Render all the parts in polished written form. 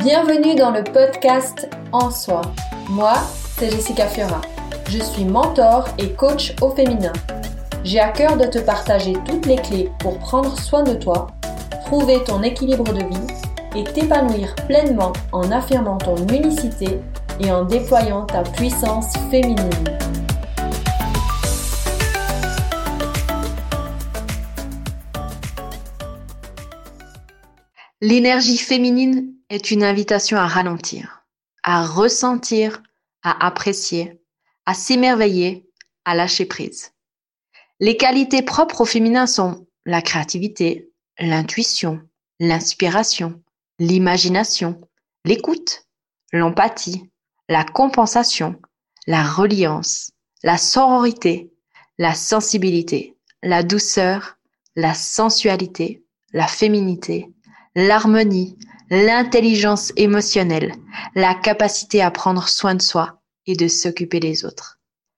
Bienvenue dans le podcast En Soi. Moi, c'est Jessica Fiora. Je suis mentor et coach au féminin. J'ai à cœur de te partager toutes les clés pour prendre soin de toi, trouver ton équilibre de vie et t'épanouir pleinement en affirmant ton unicité et en déployant ta puissance féminine. L'énergie féminine est une invitation à ralentir, à ressentir, à apprécier, à s'émerveiller, à lâcher prise. Les qualités propres au féminin sont la créativité, l'intuition, l'inspiration, l'imagination, l'écoute, l'empathie, la compensation, la reliance, la sororité, la sensibilité, la douceur, la sensualité, la féminité, l'harmonie, l'intelligence émotionnelle, la capacité à prendre soin de soi et de s'occuper des autres.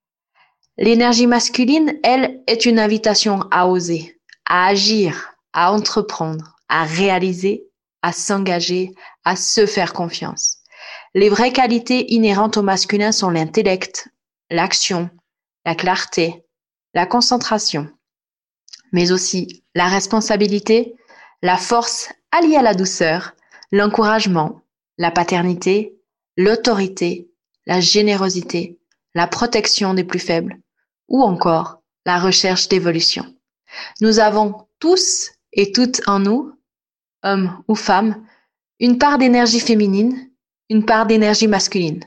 L'énergie masculine, elle, est une invitation à oser, à agir, à entreprendre, à réaliser, à s'engager, à se faire confiance. Les vraies qualités inhérentes au masculin sont l'intellect, l'action, la clarté, la concentration, mais aussi la responsabilité, la force alliée à la douceur, l'encouragement, la paternité, l'autorité, la générosité, la protection des plus faibles ou encore la recherche d'évolution. Nous avons tous et toutes en nous, hommes ou femmes, une part d'énergie féminine, une part d'énergie masculine.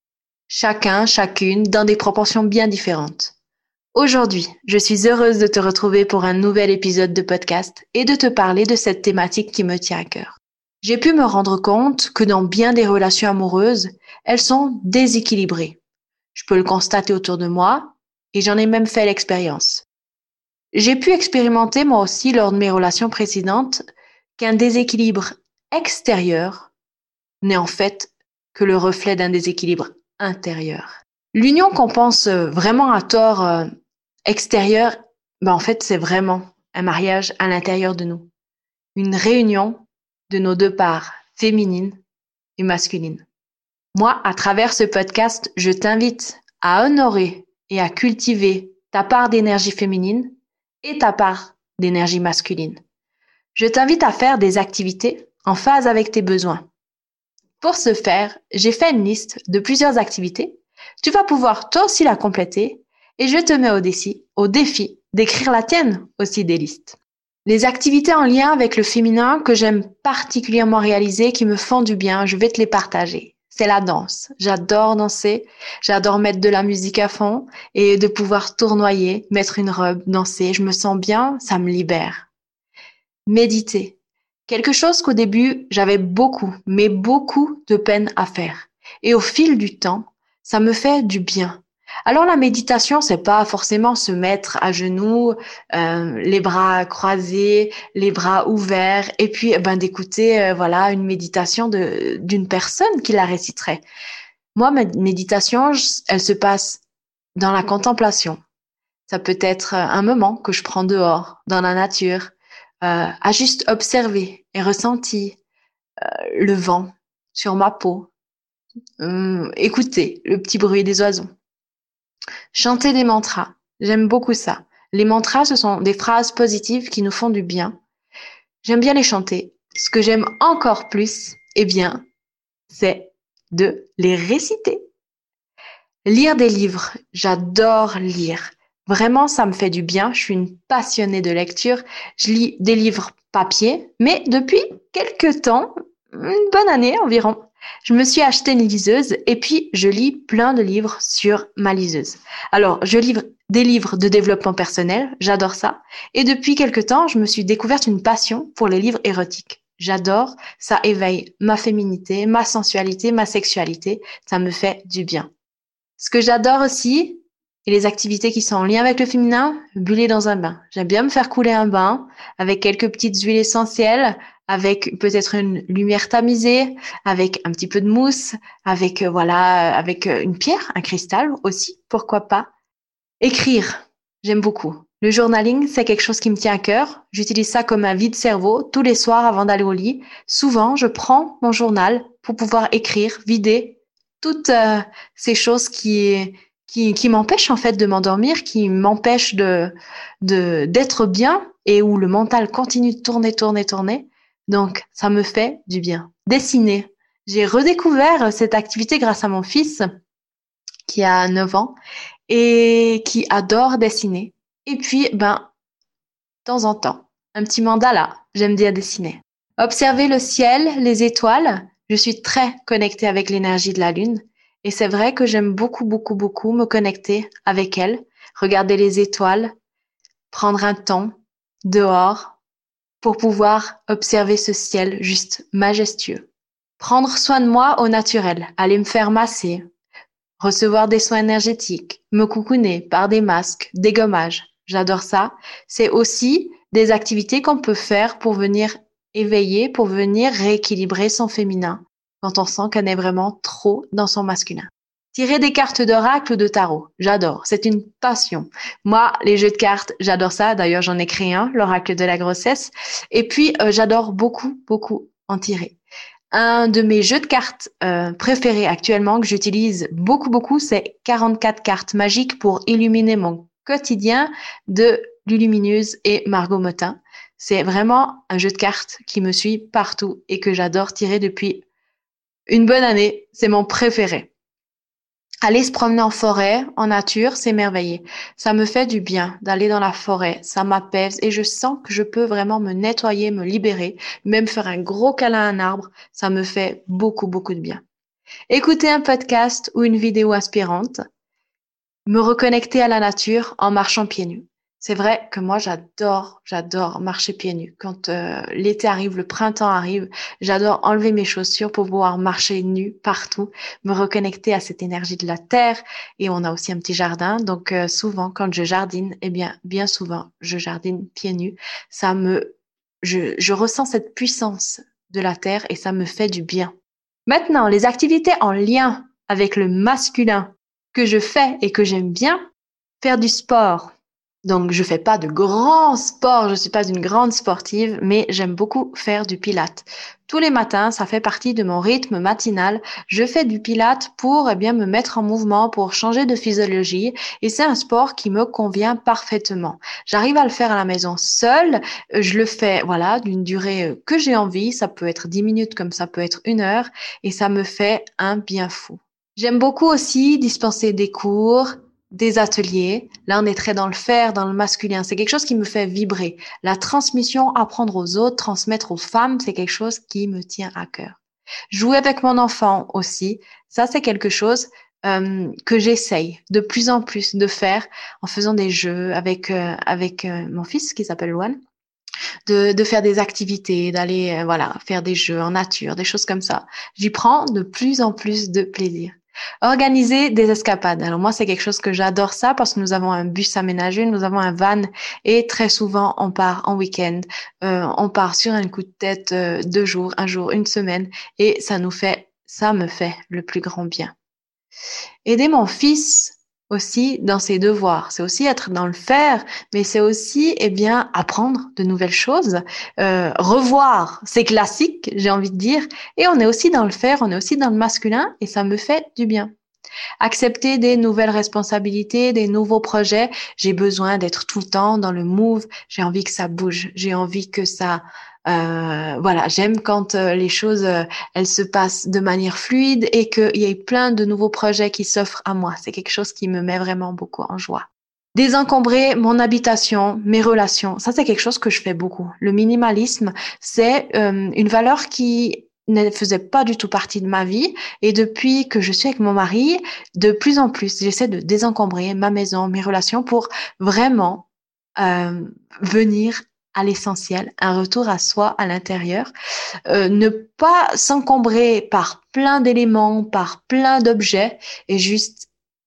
Chacun, chacune, dans des proportions bien différentes. Aujourd'hui, je suis heureuse de te retrouver pour un nouvel épisode de podcast et de te parler de cette thématique qui me tient à cœur. J'ai pu me rendre compte que dans bien des relations amoureuses, elles sont déséquilibrées. Je peux le constater autour de moi et j'en ai même fait l'expérience. J'ai pu expérimenter moi aussi lors de mes relations précédentes qu'un déséquilibre extérieur n'est en fait que le reflet d'un déséquilibre intérieur. L'union qu'on pense vraiment à tort extérieur, en fait, c'est vraiment un mariage à l'intérieur de nous. Une réunion de nos deux parts, féminine et masculine. Moi, à travers ce podcast, je t'invite à honorer et à cultiver ta part d'énergie féminine et ta part d'énergie masculine. Je t'invite à faire des activités en phase avec tes besoins. Pour ce faire, j'ai fait une liste de plusieurs activités. Tu vas pouvoir toi aussi la compléter et je te mets au défi d'écrire la tienne aussi des listes. Les activités en lien avec le féminin que j'aime particulièrement réaliser, qui me font du bien, je vais te les partager. C'est la danse. J'adore danser, j'adore mettre de la musique à fond et de pouvoir tournoyer, mettre une robe, danser. Je me sens bien, ça me libère. Méditer. Quelque chose qu'au début, j'avais beaucoup de peine à faire. Et au fil du temps, ça me fait du bien. Alors la méditation, c'est pas forcément se mettre à genoux, les bras croisés, les bras ouverts, et puis d'écouter une méditation d'une personne qui la réciterait. Moi, ma méditation, elle se passe dans la contemplation. Ça peut être un moment que je prends dehors, dans la nature, à juste observer et ressentir le vent sur ma peau, écouter le petit bruit des oiseaux. Chanter des mantras, j'aime beaucoup ça. Les mantras, ce sont des phrases positives qui nous font du bien. J'aime bien les chanter. Ce que j'aime encore plus, c'est de les réciter. Lire des livres, j'adore lire. Vraiment, ça me fait du bien. Je suis une passionnée de lecture. Je lis des livres papier, mais depuis quelques temps, une bonne année environ, je me suis acheté une liseuse et puis je lis plein de livres sur ma liseuse. Alors, je lis des livres de développement personnel, j'adore ça. Et depuis quelque temps, je me suis découverte une passion pour les livres érotiques. J'adore, ça éveille ma féminité, ma sensualité, ma sexualité. Ça me fait du bien. Ce que j'adore aussi, et les activités qui sont en lien avec le féminin, buller dans un bain. J'aime bien me faire couler un bain avec quelques petites huiles essentielles, avec peut-être une lumière tamisée, avec un petit peu de mousse, avec une pierre, un cristal aussi, pourquoi pas. Écrire, j'aime beaucoup. Le journaling, c'est quelque chose qui me tient à cœur. J'utilise ça comme un vide-cerveau tous les soirs avant d'aller au lit. Souvent, je prends mon journal pour pouvoir écrire, vider toutes ces choses qui m'empêchent en fait de m'endormir, qui m'empêchent d'être bien et où le mental continue de tourner. Donc, ça me fait du bien. Dessiner. J'ai redécouvert cette activité grâce à mon fils qui a 9 ans et qui adore dessiner. Et puis, de temps en temps, un petit mandala. J'aime bien dessiner. Observer le ciel, les étoiles. Je suis très connectée avec l'énergie de la lune. Et c'est vrai que j'aime beaucoup me connecter avec elle. Regarder les étoiles, prendre un temps dehors pour pouvoir observer ce ciel juste majestueux. Prendre soin de moi au naturel, aller me faire masser, recevoir des soins énergétiques, me coucouner par des masques, des gommages. J'adore ça. C'est aussi des activités qu'on peut faire pour venir éveiller, pour venir rééquilibrer son féminin quand on sent qu'on est vraiment trop dans son masculin. Tirer des cartes d'oracle ou de tarot, j'adore, c'est une passion. Moi, les jeux de cartes, j'adore ça. D'ailleurs, j'en ai créé un, l'oracle de la grossesse. Et puis, j'adore beaucoup en tirer. Un de mes jeux de cartes préférés actuellement, que j'utilise beaucoup, c'est 44 cartes magiques pour illuminer mon quotidien de Lulumineuse et Margot Motin. C'est vraiment un jeu de cartes qui me suit partout et que j'adore tirer depuis une bonne année. C'est mon préféré. Aller se promener en forêt, en nature, s'émerveiller. Ça me fait du bien d'aller dans la forêt, ça m'apaise et je sens que je peux vraiment me nettoyer, me libérer, même faire un gros câlin à un arbre, ça me fait beaucoup de bien. Écouter un podcast ou une vidéo inspirante, me reconnecter à la nature en marchant pieds nus. C'est vrai que moi, j'adore marcher pieds nus. Quand l'été arrive, le printemps arrive, j'adore enlever mes chaussures pour pouvoir marcher nus partout, me reconnecter à cette énergie de la terre. Et on a aussi un petit jardin. Donc souvent, quand je jardine, bien souvent, je jardine pieds nus. Je ressens cette puissance de la terre et ça me fait du bien. Maintenant, les activités en lien avec le masculin que je fais et que j'aime bien, faire du sport. Donc, je fais pas de grands sports, je suis pas une grande sportive, mais j'aime beaucoup faire du pilates. Tous les matins, ça fait partie de mon rythme matinal. Je fais du pilates pour, me mettre en mouvement, pour changer de physiologie. Et c'est un sport qui me convient parfaitement. J'arrive à le faire à la maison seule. Je le fais, d'une durée que j'ai envie. Ça peut être 10 minutes comme ça peut être 1 heure. Et ça me fait un bien fou. J'aime beaucoup aussi dispenser des cours, des ateliers. Là, on est très dans le faire, dans le masculin. C'est quelque chose qui me fait vibrer. La transmission, apprendre aux autres, transmettre aux femmes, c'est quelque chose qui me tient à cœur. Jouer avec mon enfant aussi, ça c'est quelque chose que j'essaye de plus en plus de faire en faisant des jeux avec mon fils qui s'appelle Luan, de faire des activités, d'aller faire des jeux en nature, des choses comme ça. J'y prends de plus en plus de plaisir. Organiser des escapades. Alors moi, c'est quelque chose que j'adore ça parce que nous avons un bus aménagé, nous avons un van et très souvent on part en week-end, on part sur un coup de tête 2 jours, 1 jour, 1 semaine et ça me fait le plus grand bien. Aider mon fils aussi dans ses devoirs, c'est aussi être dans le faire, mais c'est aussi apprendre de nouvelles choses, revoir ses classiques, j'ai envie de dire, et on est aussi dans le faire, on est aussi dans le masculin et ça me fait du bien. Accepter des nouvelles responsabilités, des nouveaux projets, j'ai besoin d'être tout le temps dans le move, j'ai envie que ça bouge, j'ai envie que ça j'aime quand les choses elles se passent de manière fluide et qu'il y ait plein de nouveaux projets qui s'offrent à moi. C'est quelque chose qui me met vraiment beaucoup en joie. Désencombrer mon habitation, mes relations, ça c'est quelque chose que je fais beaucoup. Le minimalisme, c'est une valeur qui ne faisait pas du tout partie de ma vie et depuis que je suis avec mon mari, de plus en plus, j'essaie de désencombrer ma maison, mes relations pour vraiment venir à l'essentiel, un retour à soi à l'intérieur, ne pas s'encombrer par plein d'éléments, par plein d'objets et juste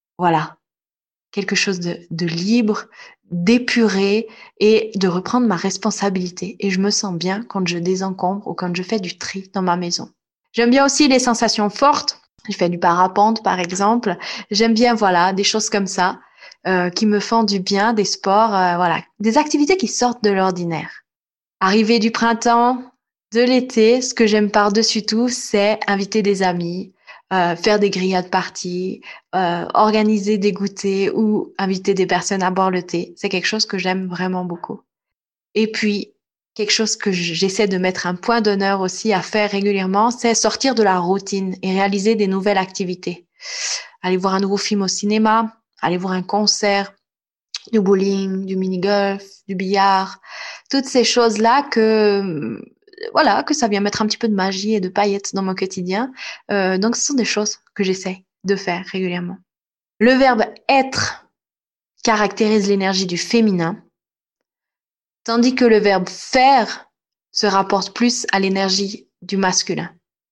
quelque chose de libre, d'épuré et de reprendre ma responsabilité. Et je me sens bien quand je désencombre ou quand je fais du tri dans ma maison. J'aime bien aussi les sensations fortes. Je fais du parapente par exemple. J'aime bien des choses comme ça. Qui me font du bien, des sports, des activités qui sortent de l'ordinaire. Arrivée du printemps, de l'été, ce que j'aime par-dessus tout, c'est inviter des amis, faire des grillades parties, organiser des goûters ou inviter des personnes à boire le thé. C'est quelque chose que j'aime vraiment beaucoup. Et puis, quelque chose que j'essaie de mettre un point d'honneur aussi à faire régulièrement, c'est sortir de la routine et réaliser des nouvelles activités. Aller voir un nouveau film au cinéma, aller voir un concert, du bowling, du mini-golf, du billard, toutes ces choses-là que ça vient mettre un petit peu de magie et de paillettes dans mon quotidien. Donc, ce sont des choses que j'essaie de faire régulièrement. Le verbe être caractérise l'énergie du féminin, tandis que le verbe faire se rapporte plus à l'énergie du masculin.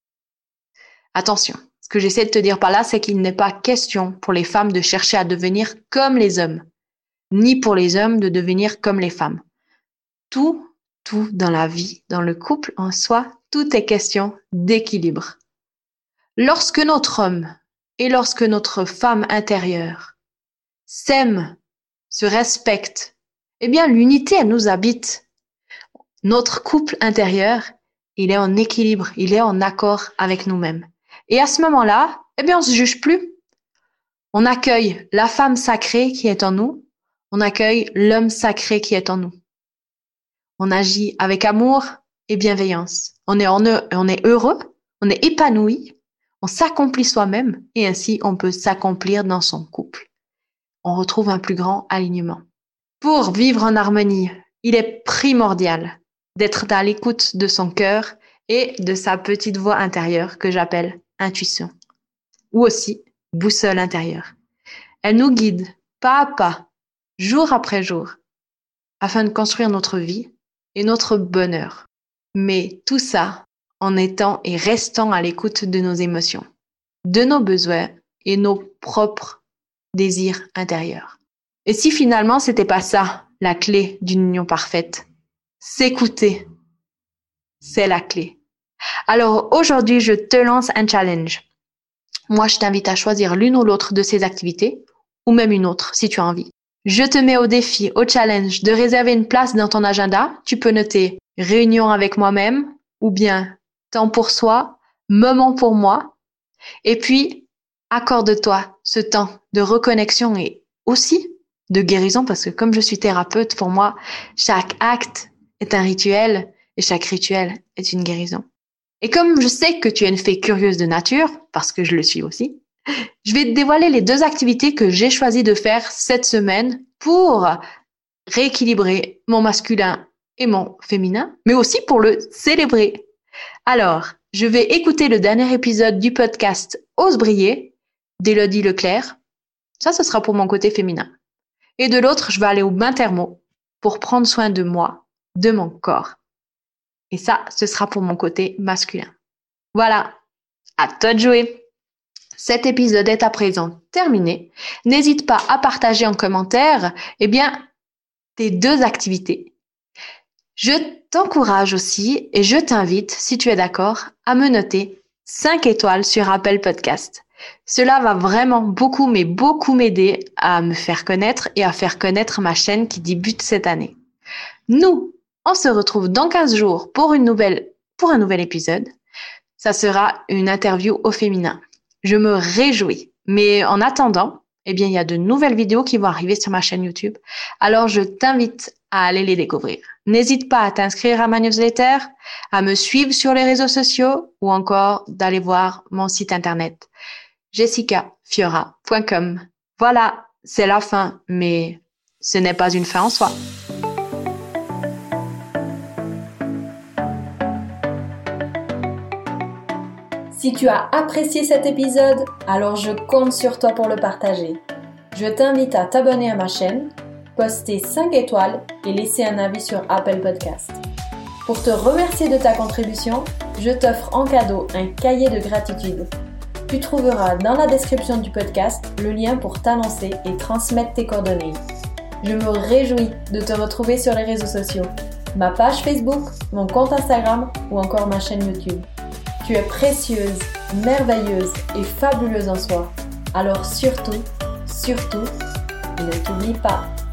Attention, ce que j'essaie de te dire par là, c'est qu'il n'est pas question pour les femmes de chercher à devenir comme les hommes, ni pour les hommes de devenir comme les femmes. Tout dans la vie, dans le couple en soi, tout est question d'équilibre. Lorsque notre homme et lorsque notre femme intérieure s'aiment, se respectent, eh bien, l'unité, elle nous habite. Notre couple intérieur, il est en équilibre, il est en accord avec nous-mêmes. Et à ce moment-là, eh bien, on se juge plus. On accueille la femme sacrée qui est en nous. On accueille l'homme sacré qui est en nous. On agit avec amour et bienveillance. On est heureux, on est épanoui, on s'accomplit soi-même et ainsi on peut s'accomplir dans son couple. On retrouve un plus grand alignement. Pour vivre en harmonie, il est primordial d'être à l'écoute de son cœur et de sa petite voix intérieure que j'appelle intuition, ou aussi boussole intérieure. Elle nous guide pas à pas, jour après jour, afin de construire notre vie et notre bonheur. Mais tout ça en étant et restant à l'écoute de nos émotions, de nos besoins et nos propres désirs intérieurs. Et si finalement c'était pas ça, la clé d'une union parfaite, s'écouter, c'est la clé. Alors aujourd'hui, je te lance un challenge. Moi, je t'invite à choisir l'une ou l'autre de ces activités, ou même une autre si tu as envie. Je te mets au défi, au challenge de réserver une place dans ton agenda. Tu peux noter réunion avec moi-même, ou bien temps pour soi, moment pour moi. Et puis, accorde-toi ce temps de reconnexion et aussi de guérison, parce que comme je suis thérapeute, pour moi, chaque acte est un rituel et chaque rituel est une guérison. Et comme je sais que tu es une fée curieuse de nature, parce que je le suis aussi, je vais te dévoiler les 2 activités que j'ai choisi de faire cette semaine pour rééquilibrer mon masculin et mon féminin, mais aussi pour le célébrer. Alors, je vais écouter le dernier épisode du podcast Ose briller d'Élodie Leclerc. Ça, ce sera pour mon côté féminin. Et de l'autre, je vais aller au bain thermo pour prendre soin de moi, de mon corps. Et ça, ce sera pour mon côté masculin. Voilà, à toi de jouer. Cet épisode est à présent terminé. N'hésite pas à partager en commentaire, tes 2 activités. Je t'encourage aussi et je t'invite, si tu es d'accord, à me noter 5 étoiles sur Apple Podcast. Cela va vraiment beaucoup m'aider à me faire connaître et à faire connaître ma chaîne qui débute cette année. Nous, on se retrouve dans 15 jours pour un nouvel épisode. Ça sera une interview au féminin. Je me réjouis. Mais en attendant, il y a de nouvelles vidéos qui vont arriver sur ma chaîne YouTube. Alors, je t'invite à aller les découvrir. N'hésite pas à t'inscrire à ma newsletter, à me suivre sur les réseaux sociaux ou encore d'aller voir mon site internet jessicafiora.com. Voilà, c'est la fin, mais ce n'est pas une fin en soi. Si tu as apprécié cet épisode, alors je compte sur toi pour le partager. Je t'invite à t'abonner à ma chaîne, poster 5 étoiles et laisser un avis sur Apple Podcast. Pour te remercier de ta contribution, je t'offre en cadeau un cahier de gratitude. Tu trouveras dans la description du podcast le lien pour t'annoncer et transmettre tes coordonnées. Je me réjouis de te retrouver sur les réseaux sociaux, ma page Facebook, mon compte Instagram ou encore ma chaîne YouTube. Tu es précieuse, merveilleuse et fabuleuse en soi. Alors surtout, ne t'oublie pas.